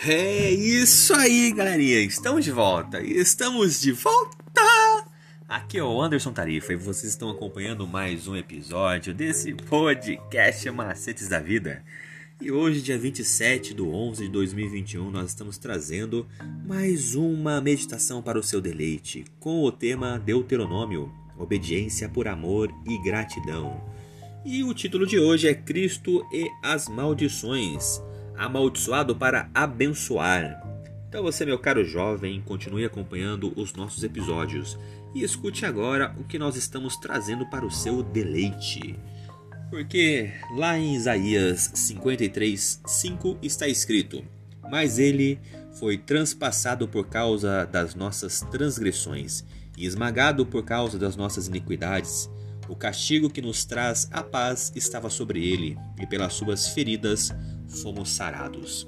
É isso aí, galerinha. Estamos de volta. Estamos de volta. Aqui é o Anderson Tarifa e vocês estão acompanhando mais um episódio desse podcast Macetes da Vida. E hoje, dia 27/11/2021, nós estamos trazendo mais uma meditação para o seu deleite, com o tema Deuteronômio, obediência por amor e gratidão. E o título de hoje é Cristo e as maldições, amaldiçoado para abençoar. Então você, meu caro jovem, continue acompanhando os nossos episódios e escute agora o que nós estamos trazendo para o seu deleite. Porque lá em Isaías 53:5 está escrito: mas ele foi transpassado por causa das nossas transgressões e esmagado por causa das nossas iniquidades. O castigo que nos traz a paz estava sobre ele, e pelas suas feridas fomos sarados.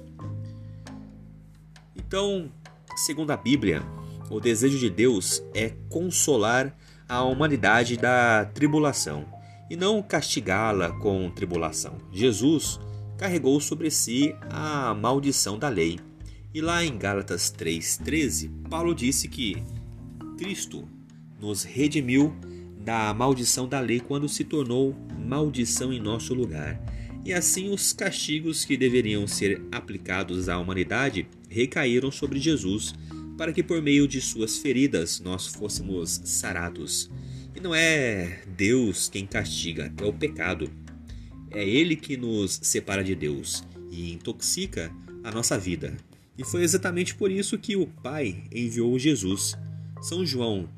Então, segundo a Bíblia, o desejo de Deus é consolar a humanidade da tribulação e não castigá-la com tribulação. Jesus carregou sobre si a maldição da lei. E lá em Gálatas 3:13, Paulo disse que Cristo nos redimiu da maldição da lei quando se tornou maldição em nosso lugar. E assim os castigos que deveriam ser aplicados à humanidade recaíram sobre Jesus, para que por meio de suas feridas nós fôssemos sarados. E não é Deus quem castiga, é o pecado. É Ele que nos separa de Deus e intoxica a nossa vida. E foi exatamente por isso que o Pai enviou Jesus. São João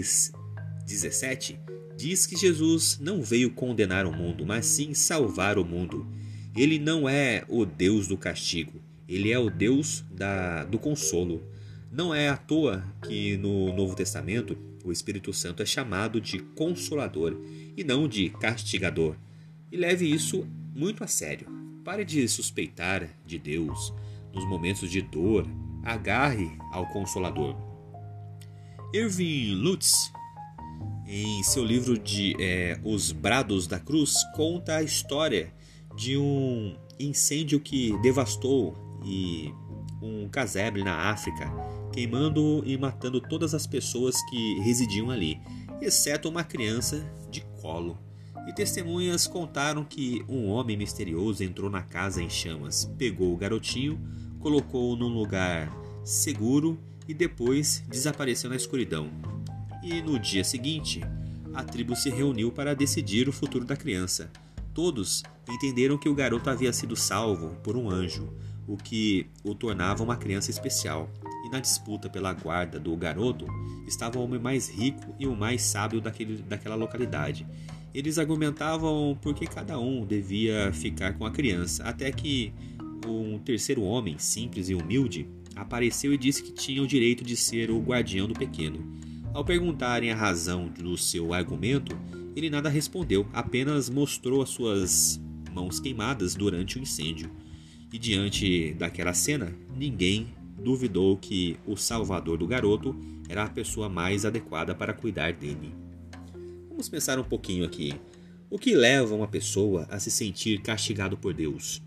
3:17 diz que Jesus não veio condenar o mundo, mas sim salvar o mundo. Ele não é o Deus do castigo, ele é o Deus do consolo. Não é à toa que no Novo Testamento o Espírito Santo é chamado de Consolador e não de castigador. E leve isso muito a sério. Pare de suspeitar de Deus. Nos momentos de dor, agarre ao Consolador. Erwin Lutz, em seu livro de Os Brados da Cruz, conta a história de um incêndio que devastou um casebre na África, queimando e matando todas as pessoas que residiam ali, exceto uma criança de colo. E testemunhas contaram que um homem misterioso entrou na casa em chamas, pegou o garotinho, colocou-o num lugar seguro e depois desapareceu na escuridão. E no dia seguinte, a tribo se reuniu para decidir o futuro da criança. Todos entenderam que o garoto havia sido salvo por um anjo, o que o tornava uma criança especial. E na disputa pela guarda do garoto estava o homem mais rico e o mais sábio daquela localidade. Eles argumentavam por que cada um devia ficar com a criança, até que um terceiro homem, simples e humilde, apareceu e disse que tinha o direito de ser o guardião do pequeno. Ao perguntarem a razão do seu argumento, ele nada respondeu, apenas mostrou as suas mãos queimadas durante o incêndio. E diante daquela cena, ninguém duvidou que o salvador do garoto era a pessoa mais adequada para cuidar dele. Vamos pensar um pouquinho aqui. O que leva uma pessoa a se sentir castigado por Deus?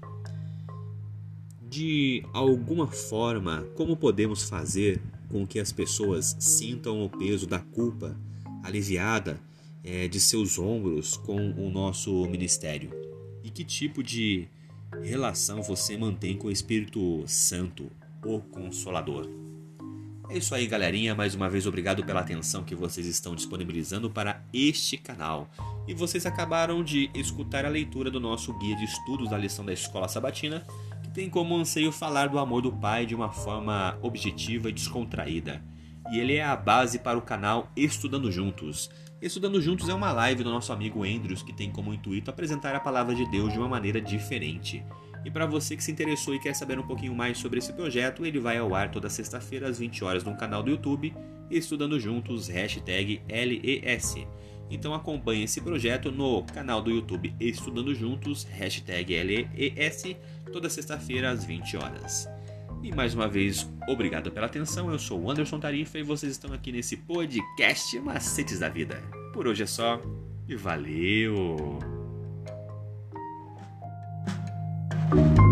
De alguma forma, como podemos fazer com que as pessoas sintam o peso da culpa aliviada de seus ombros com o nosso ministério? E que tipo de relação você mantém com o Espírito Santo, o Consolador? É isso aí, galerinha. Mais uma vez, obrigado pela atenção que vocês estão disponibilizando para este canal. E vocês acabaram de escutar a leitura do nosso guia de estudos da lição da Escola Sabatina, que tem como anseio falar do amor do Pai de uma forma objetiva e descontraída. E ele é a base para o canal Estudando Juntos. Estudando Juntos é uma live do nosso amigo Andrews, que tem como intuito apresentar a palavra de Deus de uma maneira diferente. E para você que se interessou e quer saber um pouquinho mais sobre esse projeto, ele vai ao ar toda sexta-feira às 20 horas no canal do YouTube Estudando Juntos, #LES. Então acompanhe esse projeto no canal do YouTube Estudando Juntos, #LES, toda sexta-feira às 20 horas. E mais uma vez, obrigado pela atenção. Eu sou o Anderson Tarifa e vocês estão aqui nesse podcast Macetes da Vida. Por hoje é só e valeu!